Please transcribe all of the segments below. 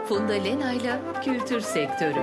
Funda Lena'yla Kültür Sektörü.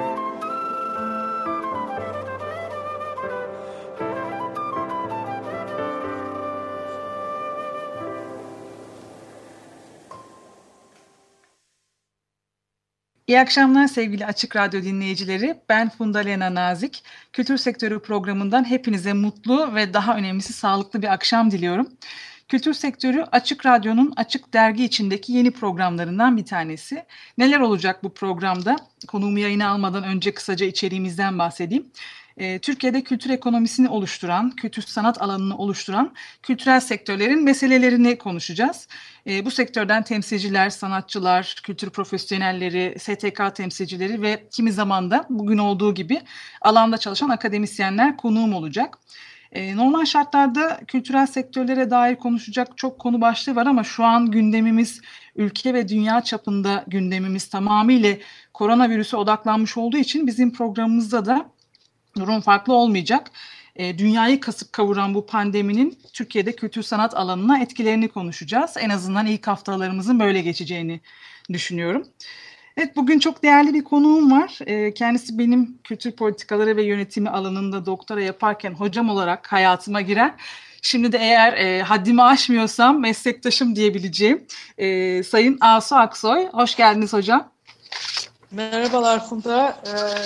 İyi akşamlar sevgili Açık Radyo dinleyicileri. Ben Funda Lena Nazik. Kültür Sektörü programından hepinize mutlu ve daha önemlisi sağlıklı bir akşam diliyorum. Kültür Sektörü Açık Radyo'nun Açık Dergi içindeki yeni programlarından bir tanesi. Neler olacak bu programda? Konuğumu yayına almadan önce kısaca içeriğimizden bahsedeyim. Türkiye'de kültür ekonomisini oluşturan, kültür sanat alanını oluşturan kültürel sektörlerin meselelerini konuşacağız. Bu sektörden temsilciler, sanatçılar, kültür profesyonelleri, STK temsilcileri ve kimi zaman da bugün olduğu gibi alanda çalışan akademisyenler konuğum olacak. Normal şartlarda kültürel sektörlere dair konuşacak çok konu başlığı var ama şu an gündemimiz, ülke ve dünya çapında gündemimiz tamamıyla koronavirüse odaklanmış olduğu için bizim programımızda da durum farklı olmayacak. Dünyayı kasıp kavuran bu pandeminin Türkiye'de kültür sanat alanına etkilerini konuşacağız. En azından ilk haftalarımızın böyle geçeceğini düşünüyorum. Evet, bugün çok değerli bir konuğum var. Kendisi benim kültür politikaları ve yönetimi alanında doktora yaparken hocam olarak hayatıma giren, şimdi de eğer haddimi aşmıyorsam meslektaşım diyebileceğim Sayın Asu Aksoy. Hoş geldiniz hocam. Merhabalar Funda.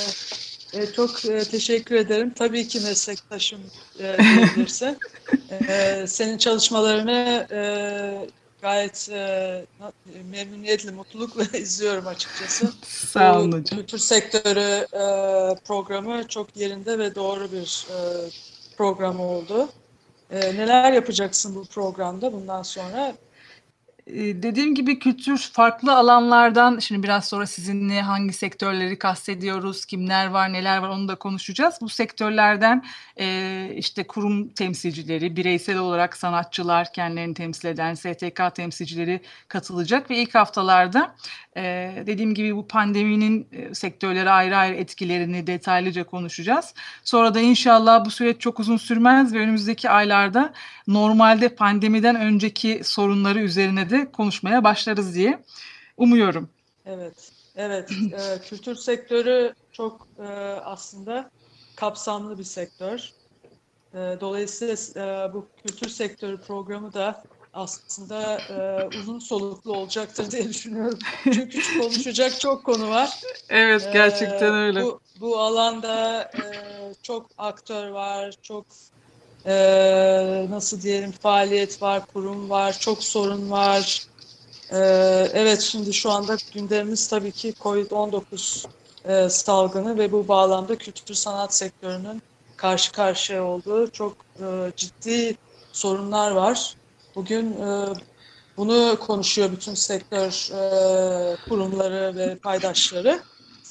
Çok teşekkür ederim. Tabii ki meslektaşım diyebilirsin. Senin çalışmalarını gayet memnuniyetle, mutlulukla izliyorum açıkçası. Sağ olun hocam. Kültür sektörü programı çok yerinde ve doğru bir program oldu. Neler yapacaksın bu programda bundan sonra? Dediğim gibi kültür farklı alanlardan, şimdi biraz sonra sizinle hangi sektörleri kastediyoruz, kimler var, neler var onu da konuşacağız. Bu sektörlerden işte kurum temsilcileri, bireysel olarak sanatçılar, kendilerini temsil eden STK temsilcileri katılacak ve ilk haftalarda dediğim gibi bu pandeminin sektörlere ayrı ayrı etkilerini detaylıca konuşacağız. Sonra da inşallah bu süreç çok uzun sürmez ve önümüzdeki aylarda normalde pandemiden önceki sorunları üzerine de konuşmaya başlarız diye umuyorum. Evet. Kültür sektörü çok aslında kapsamlı bir sektör. Dolayısıyla bu kültür sektörü programı da aslında uzun soluklu olacaktır diye düşünüyorum. Çünkü konuşacak çok konu var. Evet, gerçekten öyle. Bu alanda çok aktör var, çok nasıl diyelim faaliyet var, kurum var, çok sorun var. Evet, şimdi şu anda gündemimiz tabii ki COVID-19 salgını ve bu bağlamda kültür sanat sektörünün karşı karşıya olduğu çok ciddi sorunlar var. Bugün bunu konuşuyor bütün sektör kurumları ve paydaşları.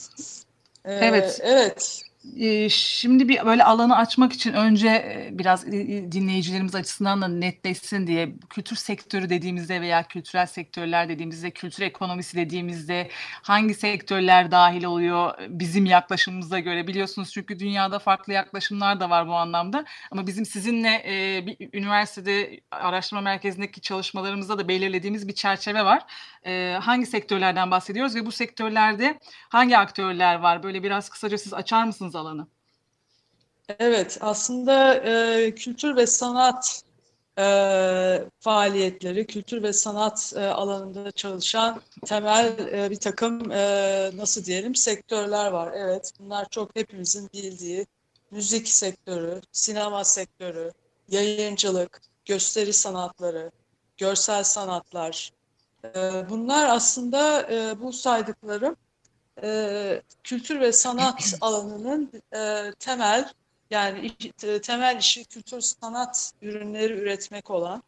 Evet. Şimdi bir böyle alanı açmak için önce biraz dinleyicilerimiz açısından da netleşsin diye kültür sektörü dediğimizde veya kültürel sektörler dediğimizde, kültür ekonomisi dediğimizde hangi sektörler dahil oluyor bizim yaklaşımımıza göre, biliyorsunuz çünkü dünyada farklı yaklaşımlar da var bu anlamda ama bizim sizinle bir üniversitede araştırma merkezindeki çalışmalarımızda da belirlediğimiz bir çerçeve var. Hangi sektörlerden bahsediyoruz ve bu sektörlerde hangi aktörler var? Böyle biraz kısaca siz açar mısınız alanı? Evet, aslında kültür ve sanat faaliyetleri, kültür ve sanat alanında çalışan temel bir takım nasıl diyelim sektörler var. Evet, bunlar çok hepimizin bildiği müzik sektörü, sinema sektörü, yayıncılık, gösteri sanatları, görsel sanatlar. Bunlar aslında bu saydıklarım kültür ve sanat alanının temel temel işi kültür sanat ürünleri üretmek olan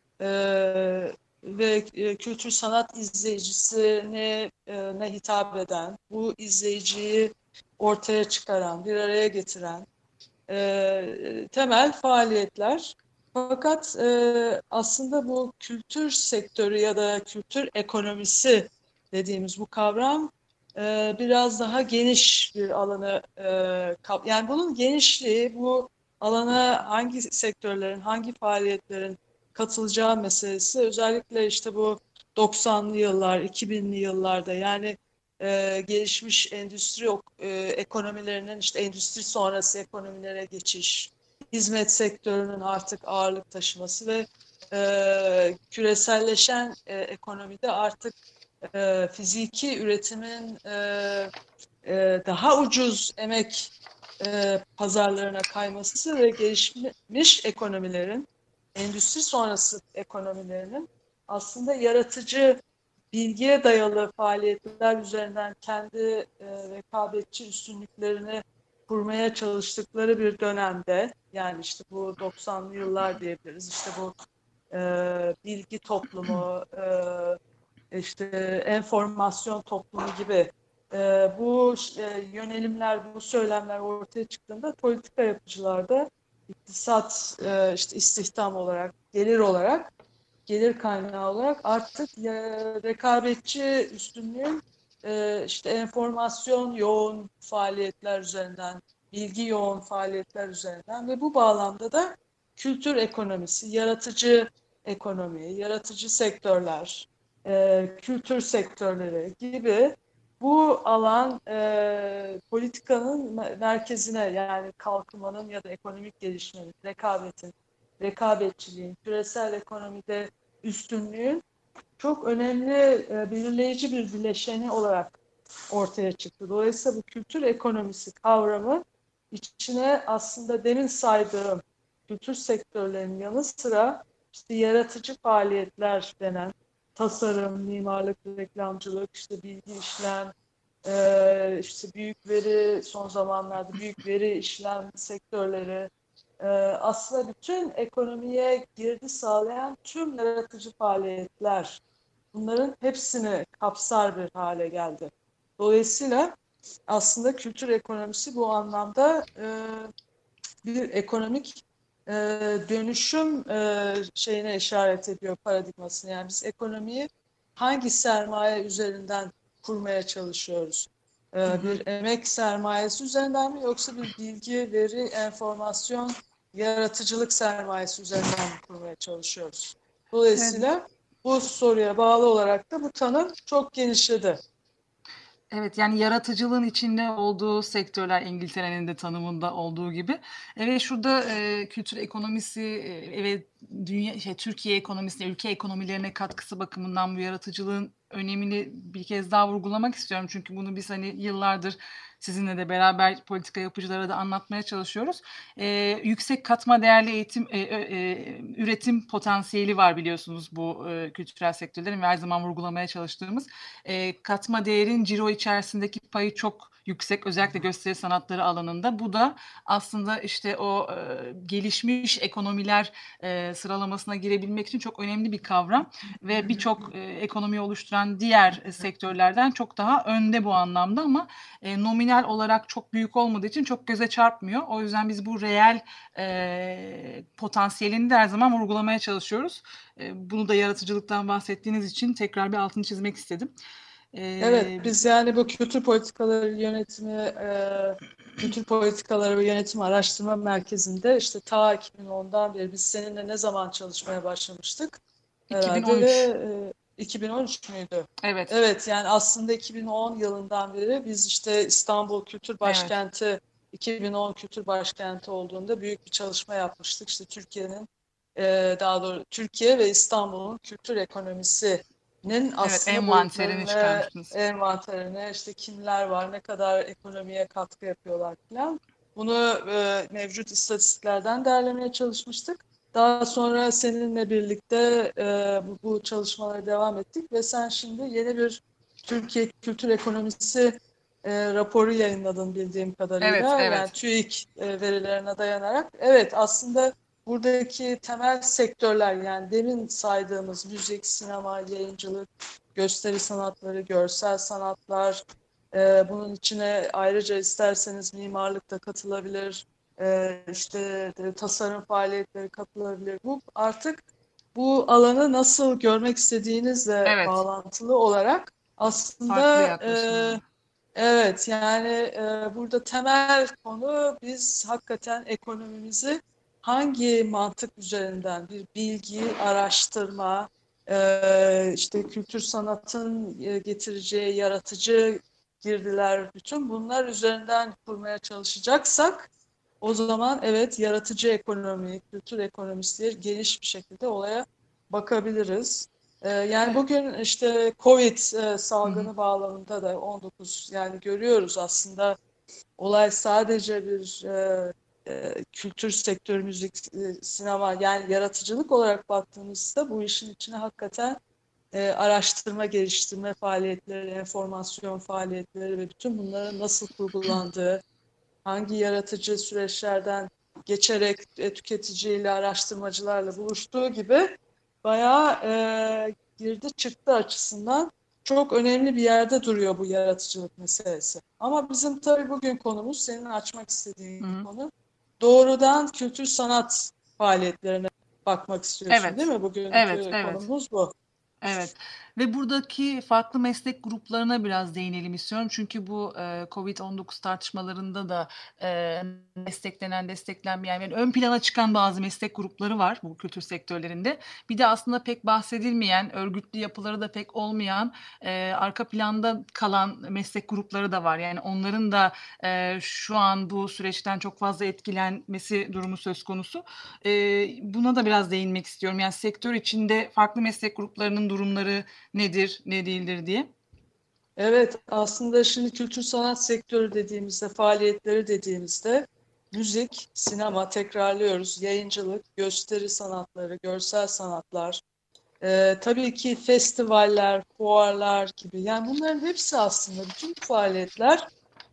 ve kültür sanat izleyicisine hitap eden, bu izleyiciyi ortaya çıkaran, bir araya getiren temel faaliyetler. Fakat aslında bu kültür sektörü ya da kültür ekonomisi dediğimiz bu kavram biraz daha geniş bir alanı yani bunun genişliği bu alana hangi sektörlerin, hangi faaliyetlerin katılacağı meselesi özellikle işte bu 90'lı yıllar, 2000'li yıllarda yani gelişmiş endüstri ekonomilerinin işte endüstri sonrası ekonomilere geçiş, hizmet sektörünün artık ağırlık taşıması ve küreselleşen ekonomide artık fiziki üretimin daha ucuz emek pazarlarına kayması ve gelişmiş ekonomilerin, endüstri sonrası ekonomilerinin aslında yaratıcı, bilgiye dayalı faaliyetler üzerinden kendi rekabetçi üstünlüklerini kurmaya çalıştıkları bir dönemde, yani işte bu 90'lı yıllar diyebiliriz, işte bu bilgi toplumu, işte enformasyon toplumu gibi bu yönelimler, bu söylemler ortaya çıktığında politika yapıcılarda iktisat, işte istihdam olarak, gelir kaynağı olarak artık rekabetçi üstünlüğün işte enformasyon yoğun faaliyetler üzerinden, bilgi yoğun faaliyetler üzerinden ve bu bağlamda da kültür ekonomisi, yaratıcı ekonomi, yaratıcı sektörler, kültür sektörleri gibi bu alan politikanın merkezine, yani kalkınmanın ya da ekonomik gelişmenin, rekabetçiliğin, küresel ekonomide üstünlüğün çok önemli belirleyici bir bileşeni olarak ortaya çıktı. Dolayısıyla bu kültür ekonomisi kavramı içine aslında demin saydığım kültür sektörlerinin yanı sıra işte yaratıcı faaliyetler denen tasarım, mimarlık, reklamcılık, işte bilgi işlem, işte büyük veri, son zamanlarda büyük veri işlem sektörleri, aslında bütün ekonomiye girdi sağlayan tüm yaratıcı faaliyetler, bunların hepsini kapsar bir hale geldi. Dolayısıyla aslında kültür ekonomisi bu anlamda bir ekonomik dönüşüm şeyine işaret ediyor, paradigmasını. Yani biz ekonomiyi hangi sermaye üzerinden kurmaya çalışıyoruz? Bir emek sermayesi üzerinden mi, yoksa bir bilgi, veri, enformasyon, yaratıcılık sermayesi üzerinden mi kurmaya çalışıyoruz? Dolayısıyla bu soruya bağlı olarak da bu tanım çok genişledi. Evet, yani yaratıcılığın içinde olduğu sektörler İngiltere'nin de tanımında olduğu gibi. Ve şurada kültür ekonomisi ve Türkiye ekonomisine, ülke ekonomilerine katkısı bakımından bu yaratıcılığın önemini bir kez daha vurgulamak istiyorum. Çünkü bunu biz hani yıllardır sizinle de beraber politika yapıcılara da anlatmaya çalışıyoruz. Yüksek katma değerli üretim potansiyeli var biliyorsunuz bu kültürel sektörlerin ve her zaman vurgulamaya çalıştığımız. Katma değerin ciro içerisindeki payı çok yüksek, özellikle gösteri sanatları alanında. Bu da aslında işte o gelişmiş ekonomiler sıralamasına girebilmek için çok önemli bir kavram ve birçok ekonomiyi oluşturan diğer sektörlerden çok daha önde bu anlamda, ama nominal olarak çok büyük olmadığı için çok göze çarpmıyor. O yüzden biz bu reel potansiyelini de her zaman vurgulamaya çalışıyoruz. Bunu da yaratıcılıktan bahsettiğiniz için tekrar bir altını çizmek istedim. Evet, biz yani bu kültür politikaları yönetimi, kültür politikaları ve yönetim araştırma merkezinde işte ta 2010'dan beri biz seninle ne zaman çalışmaya başlamıştık? 2013. Herhalde 2013 müydü? Evet. Evet, yani aslında 2010 yılından beri biz işte İstanbul Kültür Başkenti, evet. 2010 Kültür Başkenti olduğunda büyük bir çalışma yapmıştık. İşte Türkiye'nin, daha doğrusu Türkiye ve İstanbul'un kültür ekonomisi aslında envanterine işte kimler var, ne kadar ekonomiye katkı yapıyorlar falan. Bunu mevcut istatistiklerden derlemeye çalışmıştık. Daha sonra seninle birlikte bu çalışmalara devam ettik ve sen şimdi yeni bir Türkiye kültür ekonomisi raporu yayınladın bildiğim kadarıyla. Evet. Yani TÜİK verilerine dayanarak. Evet, aslında buradaki temel sektörler, yani demin saydığımız müzik, sinema, yayıncılık, gösteri sanatları, görsel sanatlar, bunun içine ayrıca isterseniz mimarlık da katılabilir, işte tasarım faaliyetleri katılabilir. Bu artık bu alanı nasıl görmek istediğinizle bağlantılı olarak aslında evet, yani burada temel konu, biz hakikaten ekonomimizi hangi mantık üzerinden, bir bilgi, araştırma, işte kültür sanatın getireceği yaratıcı girdiler, bütün bunlar üzerinden kurmaya çalışacaksak o zaman evet yaratıcı ekonomi, kültür ekonomisi diye geniş bir şekilde olaya bakabiliriz. Yani bugün işte Covid salgını bağlamında da 19 yani görüyoruz aslında olay sadece bir kültür sektörü, müzik, sinema yani yaratıcılık olarak baktığımızda bu işin içine hakikaten araştırma, geliştirme faaliyetleri, enformasyon faaliyetleri ve bütün bunların nasıl kurgulandığı, hangi yaratıcı süreçlerden geçerek tüketiciyle, araştırmacılarla buluştuğu gibi bayağı girdi çıktı açısından çok önemli bir yerde duruyor bu yaratıcılık meselesi. Ama bizim tabii bugün konumuz, senin açmak istediğin konu, doğrudan kültür sanat faaliyetlerine bakmak istiyorsun değil Evet, mi? Bugünkü evet. konumuz bu. Evet ve buradaki farklı meslek gruplarına biraz değinelim istiyorum. Çünkü bu COVID-19 tartışmalarında da desteklenen, desteklenmeyen, yani ön plana çıkan bazı meslek grupları var bu kültür sektörlerinde. Bir de aslında pek bahsedilmeyen, örgütlü yapıları da pek olmayan, arka planda kalan meslek grupları da var. Yani onların da şu an bu süreçten çok fazla etkilenmesi durumu söz konusu. Buna da biraz değinmek istiyorum. Yani sektör içinde farklı meslek gruplarının durumları nedir, ne değildir diye. Evet, aslında şimdi kültür sanat sektörü dediğimizde, faaliyetleri dediğimizde müzik, sinema tekrarlıyoruz, yayıncılık, gösteri sanatları, görsel sanatlar, tabii ki festivaller, fuarlar gibi. Yani bunların hepsi aslında bütün faaliyetler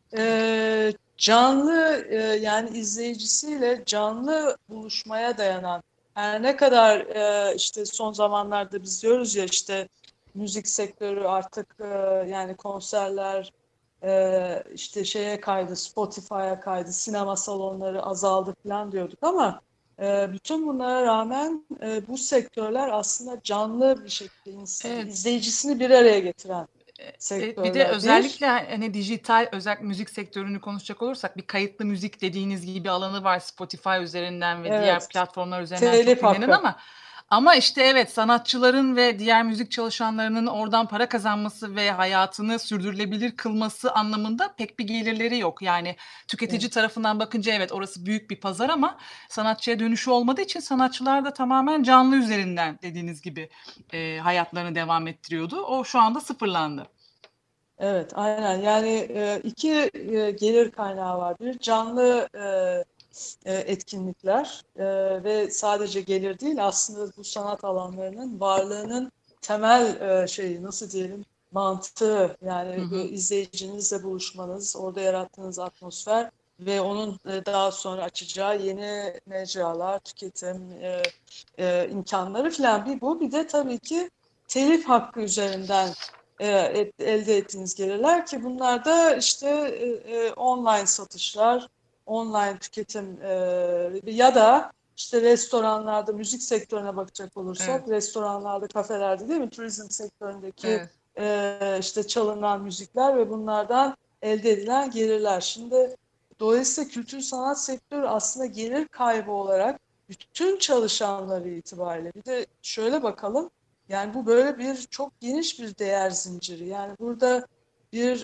canlı yani izleyicisiyle canlı buluşmaya dayanan. Her ne kadar işte son zamanlarda biz diyoruz ya işte müzik sektörü artık yani konserler işte şeye kaydı, Spotify'a kaydı, sinema salonları azaldı falan diyorduk ama bütün bunlara rağmen bu sektörler aslında canlı bir şekilde Evet. izleyicisini bir araya getiren Evet, bir de sektörler. özellikle hani dijital özellikle müzik sektörünü konuşacak olursak bir kayıtlı müzik dediğiniz gibi alanı var Spotify üzerinden ve diğer Evet, platformlar üzerinden çok telif dinlenen hakkı. ama işte evet sanatçıların ve diğer müzik çalışanlarının oradan para kazanması ve hayatını sürdürülebilir kılması anlamında pek bir gelirleri yok. Yani tüketici Evet. tarafından bakınca evet orası büyük bir pazar ama sanatçıya dönüşü olmadığı için sanatçılar da tamamen canlı üzerinden dediğiniz gibi hayatlarını devam ettiriyordu. O şu anda sıfırlandı. Evet, aynen. Yani iki gelir kaynağı var. Bir canlı etkinlikler ve sadece gelir değil aslında bu sanat alanlarının varlığının temel şeyi nasıl diyelim mantığı yani Hı hı. izleyicinizle buluşmanız, orada yarattığınız atmosfer ve onun daha sonra açacağı yeni mecralar, tüketim imkanları falan bir bu. Bir de tabii ki telif hakkı üzerinden elde ettiğiniz gelirler ki bunlar da işte online satışlar, online tüketim ya da işte restoranlarda, müzik sektörüne bakacak Evet, olursak, restoranlarda, kafelerde değil mi? Turizm sektöründeki evet. işte çalınan müzikler ve bunlardan elde edilen gelirler. Şimdi dolayısıyla kültür sanat sektörü aslında gelir kaybı olarak bütün çalışanları itibariyle bir de şöyle bakalım yani bu böyle bir çok geniş bir değer zinciri. Yani burada bir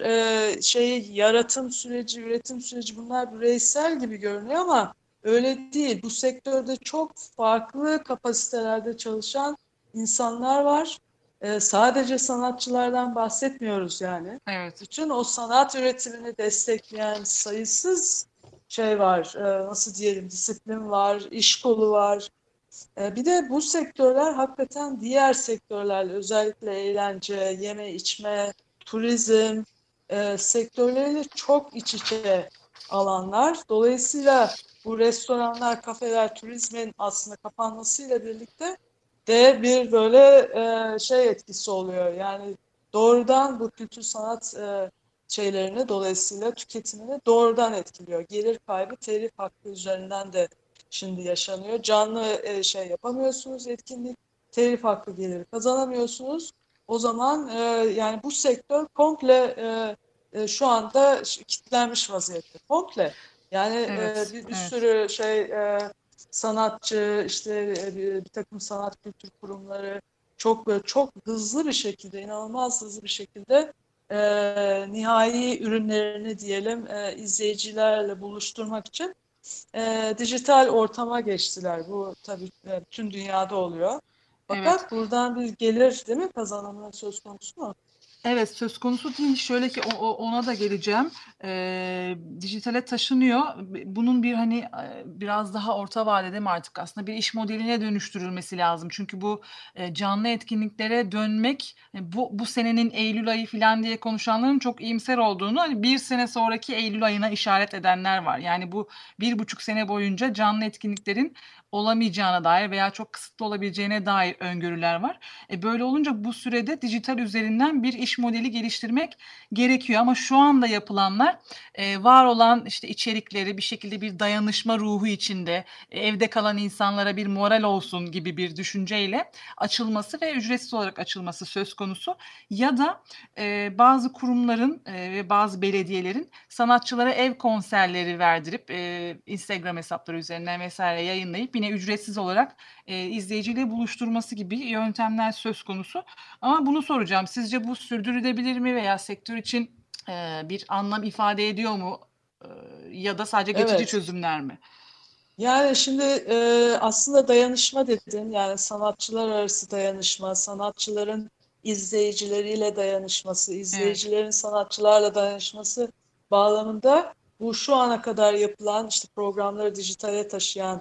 yaratım süreci, üretim süreci bunlar bireysel gibi görünüyor ama öyle değil. Bu sektörde çok farklı kapasitelerde çalışan insanlar var. Sadece sanatçılardan bahsetmiyoruz yani. Evet. Bütün o sanat üretimini destekleyen sayısız şey var. Nasıl diyelim disiplin var, iş kolu var. Bir de bu sektörler hakikaten diğer sektörlerle özellikle eğlence, yeme içme, turizm sektörleriyle çok iç içe alanlar. Dolayısıyla bu restoranlar, kafeler, turizmin aslında kapanmasıyla birlikte de bir böyle şey etkisi oluyor. Yani doğrudan bu kültür sanat şeylerini dolayısıyla tüketimini doğrudan etkiliyor. Gelir kaybı telif hakkı üzerinden de şimdi yaşanıyor. Canlı şey yapamıyorsunuz etkinlik, telif hakkı geliri kazanamıyorsunuz. O zaman yani bu sektör komple şu anda kilitlenmiş vaziyette. Komple. Yani Evet, bir evet. sürü şey sanatçı, işte bir takım sanat kültür kurumları çok böyle çok hızlı bir şekilde, inanılmaz hızlı bir şekilde nihai ürünlerini diyelim izleyicilerle buluşturmak için dijital ortama geçtiler. Bu tabii tüm dünyada oluyor. Evet. Fakat buradan bir gelir değil mi kazanımı söz konusu mu? Evet, söz konusu değil. Şöyle ki ona da geleceğim. Dijitale taşınıyor. Bunun bir hani biraz daha orta vadede mi artık aslında bir iş modeline dönüştürülmesi lazım. Çünkü bu canlı etkinliklere dönmek bu senenin Eylül ayı falan diye konuşanların çok iyimser olduğunu hani bir sene sonraki Eylül ayına işaret edenler var. Yani bu 1,5 sene boyunca canlı etkinliklerin olamayacağına dair veya çok kısıtlı olabileceğine dair öngörüler var. Böyle olunca bu sürede dijital üzerinden bir iş modeli geliştirmek gerekiyor. Ama şu anda yapılanlar var olan işte içerikleri bir şekilde bir dayanışma ruhu içinde evde kalan insanlara bir moral olsun gibi bir düşünceyle açılması ve ücretsiz olarak açılması söz konusu. Ya da bazı kurumların ve bazı belediyelerin sanatçılara ev konserleri verdirip Instagram hesapları üzerinden vesaire yayınlayıp yine ücretsiz olarak izleyiciyle buluşturması gibi yöntemler söz konusu. Ama bunu soracağım. Sizce bu sürdürülebilir mi veya sektör için bir anlam ifade ediyor mu? E, Ya da sadece geçici Evet. çözümler mi? Yani şimdi aslında dayanışma dedin, yani sanatçılar arası dayanışma, sanatçıların izleyicileriyle dayanışması, Evet. izleyicilerin sanatçılarla dayanışması bağlamında bu şu ana kadar yapılan işte programları dijitale taşıyan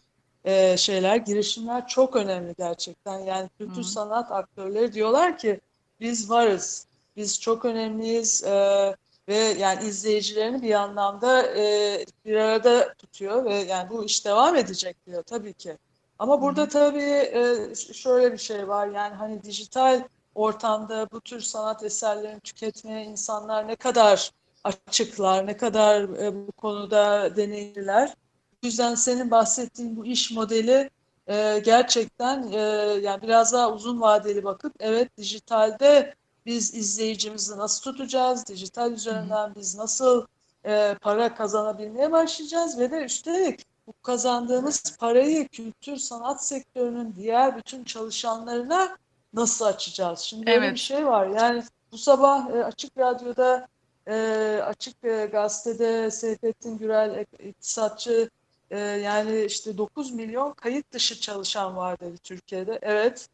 girişimler çok önemli gerçekten. Yani Hı kültür hı. sanat aktörleri diyorlar ki biz varız, biz çok önemliyiz. Ve yani izleyicilerini bir anlamda bir arada tutuyor ve yani bu iş devam edecek diyor tabii ki. Ama Hı hı. burada tabii şöyle bir şey var, yani hani dijital ortamda bu tür sanat eserlerini tüketmeye insanlar ne kadar açıklar, ne kadar bu konuda deneyliler. O yüzden senin bahsettiğin bu iş modeli gerçekten yani biraz daha uzun vadeli bakıp evet dijitalde biz izleyicimizi nasıl tutacağız, dijital Hı hı. üzerinden biz nasıl para kazanabilmeye başlayacağız ve de üstelik bu kazandığımız parayı kültür sanat sektörünün diğer bütün çalışanlarına nasıl açacağız? Şimdi öyle bir Evet. şey var. Yani bu sabah Açık Radyo'da, Açık Gazete'de Seyfettin Gürel iktisatçı yani işte 9 milyon kayıt dışı çalışan var dedi Türkiye'de. Evet.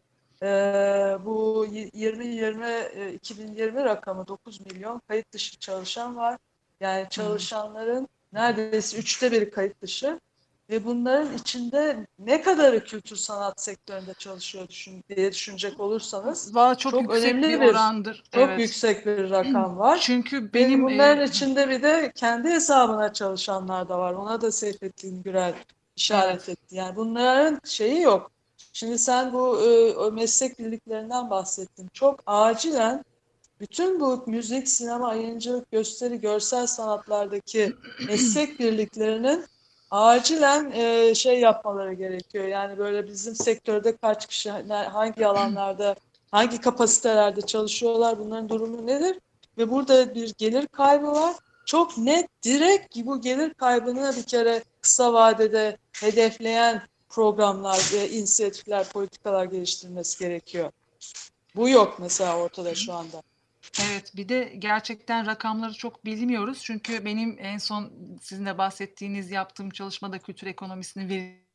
Bu 2020 rakamı 9 milyon kayıt dışı çalışan var. Yani Hı hı. çalışanların neredeyse 1/3 kayıt dışı ve bunların içinde ne kadarı kültür sanat sektöründe çalışıyor diye düşünecek olursanız Valla çok çok yüksek bir önemli bir, orandır. çok Evet. yüksek bir rakam var. Çünkü Ve benim bunların içinde bir de kendi hesabına çalışanlar da var. Ona da Seyfettin Gürel işaret evet. etti. Yani bunların şeyi yok. Şimdi sen bu o meslek birliklerinden bahsettin. Çok acilen bütün bu müzik, sinema, yayıncılık, gösteri, görsel sanatlardaki meslek birliklerinin acilen şey yapmaları gerekiyor. Yani böyle bizim sektörde kaç kişi, hangi alanlarda, hangi kapasitelerde çalışıyorlar, bunların durumu nedir? Ve burada bir gelir kaybı var. Çok net, direkt bu gelir kaybını bir kere kısa vadede hedefleyen programlar ve inisiyatifler, politikalar geliştirilmesi gerekiyor. Bu yok mesela ortada şu anda. Evet, bir de gerçekten rakamları çok bilmiyoruz. Çünkü benim en son sizin de bahsettiğiniz yaptığım çalışmada kültür ekonomisinin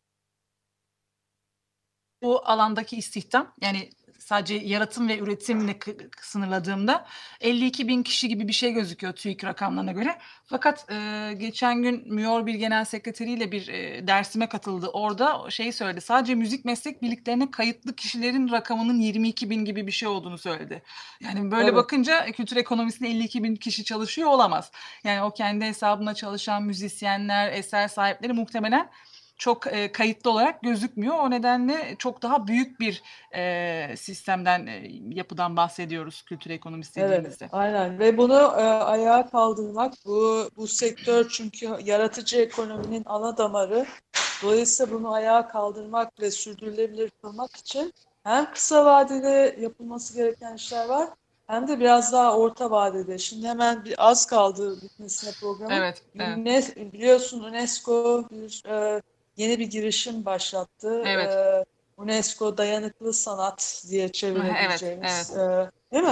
bu alandaki istihdam yani sadece yaratım ve üretimle sınırladığımda 52 bin kişi gibi bir şey gözüküyor TÜİK rakamlarına göre. Fakat geçen gün MÜOR bir genel sekreteriyle bir dersime katıldı. Orada şeyi söyledi. Sadece müzik meslek birliklerine kayıtlı kişilerin rakamının 22 bin gibi bir şey olduğunu söyledi. Yani böyle Evet. bakınca kültür ekonomisinde 52 bin kişi çalışıyor olamaz. Yani o kendi hesabına çalışan müzisyenler, eser sahipleri muhtemelen çok kayıtlı olarak gözükmüyor. O nedenle çok daha büyük bir sistemden, yapıdan bahsediyoruz kültür ekonomisi Evet, dediğimizde. aynen ve bunu ayağa kaldırmak, bu sektör çünkü yaratıcı ekonominin ana damarı. Dolayısıyla bunu ayağa kaldırmak ve sürdürülebilir kılmak için hem kısa vadede yapılması gereken işler var, hem de biraz daha orta vadede. Şimdi hemen bir az kaldı bitmesine programın. Evet, evet, Biliyorsun UNESCO yeni bir girişim başlattı. evet, UNESCO Dayanıklı Sanat diye evet, çevirebileceğimiz, evet. değil mi?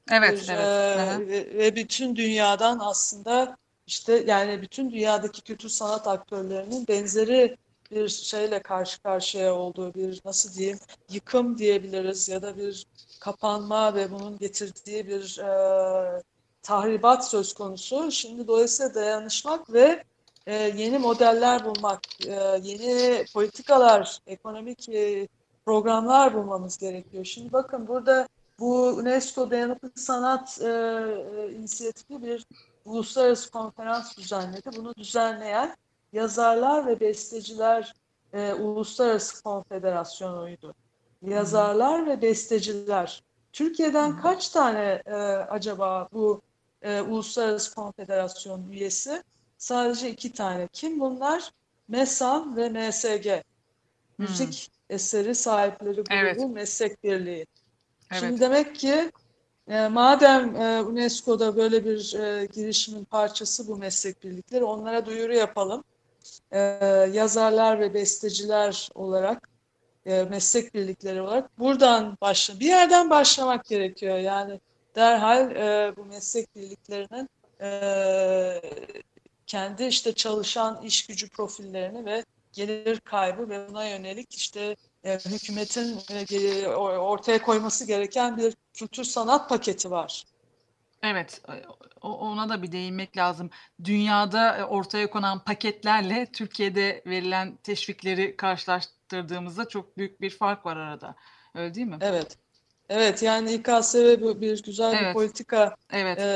Evet, bir evet. Aha. ve bütün dünyadan aslında işte yani bütün dünyadaki kültür sanat aktörlerinin benzeri bir şeyle karşı karşıya olduğu bir nasıl diyeyim yıkım diyebiliriz ya da bir kapanma ve bunun getirdiği bir tahribat söz konusu. Şimdi dolayısıyla dayanışmak ve yeni modeller bulmak, yeni politikalar, ekonomik programlar bulmamız gerekiyor. Şimdi bakın burada bu UNESCO Dayanıklı Sanat inisiyatifi bir uluslararası konferans düzenledi. Bunu düzenleyen Yazarlar ve Besteciler Uluslararası Konfederasyonu'ydu. Hı hı. Yazarlar ve besteciler. Hı Türkiye'den hı. kaç tane acaba bu Uluslararası Konfederasyon üyesi? Sadece 2 tane. Kim bunlar? MESAM ve MSG. Hı. Müzik eseri sahipleri Evet, grubu meslek birliği. Şimdi evet. demek ki madem UNESCO'da böyle bir girişimin parçası bu meslek birlikleri, onlara duyuru yapalım. E, Yazarlar ve besteciler olarak, meslek birlikleri olarak buradan bir yerden başlamak gerekiyor. Yani derhal bu meslek birliklerinin e, kendi işte çalışan iş gücü profillerini ve gelir kaybı ve buna yönelik işte hükümetin ortaya koyması gereken bir kültür sanat paketi var. Evet, ona da bir değinmek lazım. Dünyada ortaya konan paketlerle Türkiye'de verilen teşvikleri karşılaştırdığımızda çok büyük bir fark var arada. Öyle değil mi? Evet. Evet, yani İKSV bu bir güzel bir Evet, politika evet.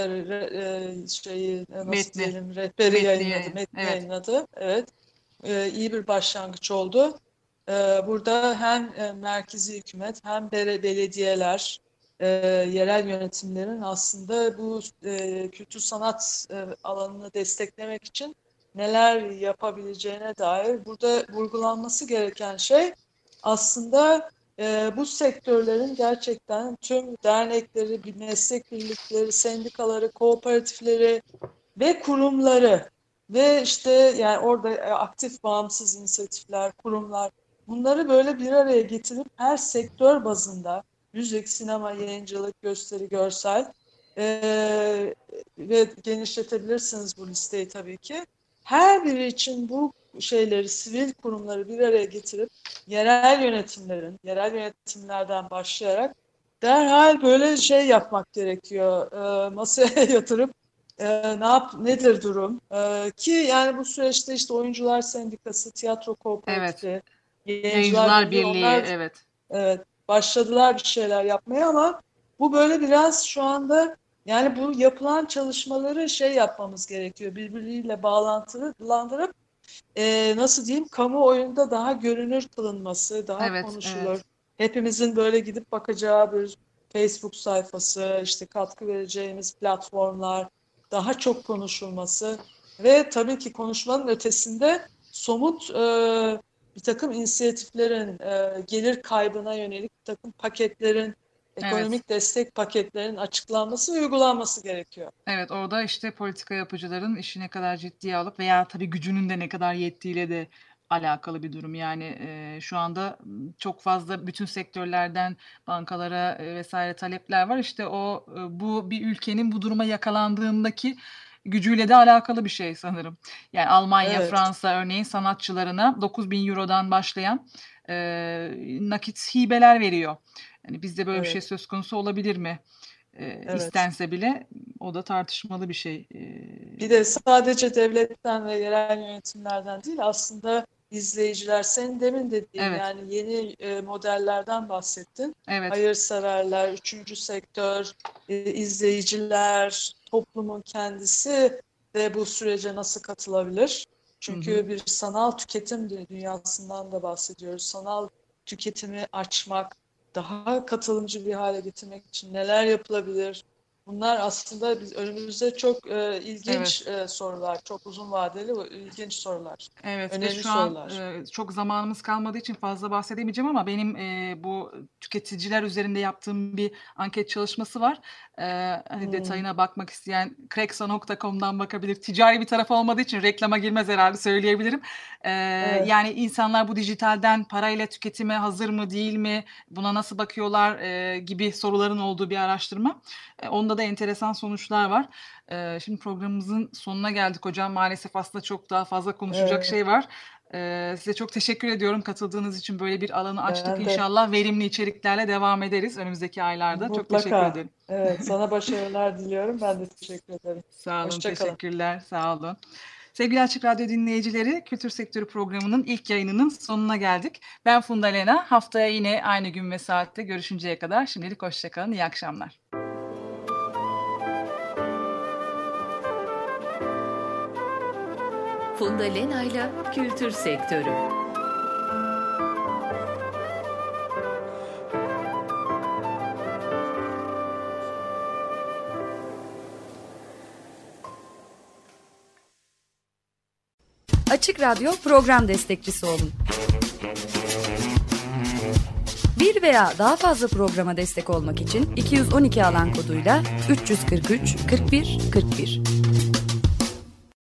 şeyi nasıl Metni, diyelim rehberi metni yayınladı, yayın. metni Evet, yayınladı. Evet, iyi bir başlangıç oldu. Burada hem merkezi hükümet hem belediyeler, yerel yönetimlerin aslında bu kültür sanat alanını desteklemek için neler yapabileceğine dair burada vurgulanması gereken şey aslında bu sektörlerin gerçekten tüm dernekleri, meslek birlikleri, sendikaları, kooperatifleri ve kurumları ve işte yani orada aktif bağımsız inisiyatifler, kurumlar bunları böyle bir araya getirip her sektör bazında müzik, sinema, yayıncılık, gösteri, görsel ve genişletebilirsiniz bu listeyi tabii ki. Her biri için bu şeyleri, sivil kurumları bir araya getirip yerel yönetimlerden başlayarak derhal böyle şey yapmak gerekiyor. Masaya yatırıp nedir durum? Ki yani bu süreçte işte Oyuncular Sendikası, Tiyatro evet. Kooperatifi, Yayıncılar Yayıncılar Birliği Birliği, onlar evet. evet, başladılar bir şeyler yapmaya ama bu böyle biraz şu anda yani bu yapılan çalışmaları şey yapmamız gerekiyor. Birbiriyle bağlantılandırıp nasıl diyeyim kamuoyunda daha görünür kılınması, daha Evet, konuşulur. evet. Hepimizin böyle gidip bakacağı bir Facebook sayfası, işte katkı vereceğimiz platformlar, daha çok konuşulması ve tabii ki konuşmanın ötesinde somut bir takım inisiyatiflerin, gelir kaybına yönelik bir takım paketlerin, Evet. ekonomik destek paketlerinin açıklanması ve uygulanması gerekiyor. Evet, orada işte politika yapıcıların işi ne kadar ciddiye alıp veya tabii gücünün de ne kadar yettiğiyle de alakalı bir durum. Yani şu anda çok fazla bütün sektörlerden bankalara vesaire talepler var. İşte bu bir ülkenin bu duruma yakalandığındaki gücüyle de alakalı bir şey sanırım. Yani Almanya, Evet, Fransa örneğin sanatçılarına 9.000 eurodan başlayan nakit hibeler veriyor. Yani bizde böyle bir şey evet, söz konusu olabilir mi? evet. İstense bile o da tartışmalı bir şey. Bir de sadece devletten ve yerel yönetimlerden değil aslında izleyiciler senin demin dediğin Evet, yani yeni modellerden bahsettin. evet. Hayırseverler, üçüncü sektör, izleyiciler, toplumun kendisi de bu sürece nasıl katılabilir? Hı hı. Çünkü bir sanal tüketim dünyasından da bahsediyoruz. Sanal tüketimi açmak, daha katılımcı bir hale getirmek için neler yapılabilir? Bunlar aslında biz önümüzde çok ilginç sorular, çok uzun vadeli ve ilginç sorular. Evet, ve Önemli şu an sorular. çok zamanımız kalmadığı için fazla bahsedemeyeceğim ama benim bu tüketiciler üzerinde yaptığım bir anket çalışması var. Hani detayına bakmak isteyen cracksa.com'dan bakabilir. Ticari bir taraf olmadığı için reklama girmez herhalde söyleyebilirim. Evet. Yani insanlar bu dijitalden parayla tüketime hazır mı değil mi? Buna nasıl bakıyorlar gibi soruların olduğu bir araştırma. Onda da enteresan sonuçlar var. Şimdi programımızın sonuna geldik hocam. Maalesef aslında çok daha fazla konuşacak Evet, şey var. Size çok teşekkür ediyorum katıldığınız için. Böyle bir alanı açtık. ben de İnşallah verimli içeriklerle devam ederiz önümüzdeki aylarda. Çok teşekkür mutlaka. ederim. Evet, sana başarılar diliyorum. Ben de teşekkür ederim. Sağ olun, Hoşça kalın. teşekkürler. Sağ olun. Sevgili Açık Radyo dinleyicileri, Kültür Sektörü programının ilk yayınının sonuna geldik. Ben Funda Lena. Haftaya yine aynı gün ve saatte görüşünceye kadar şimdilik hoşça kalın. İyi akşamlar. Funda Lena'yla Kültür Sektörü. Açık Radyo program destekçisi olun. Bir veya daha fazla programa destek olmak için 212 alan koduyla 343 41 41.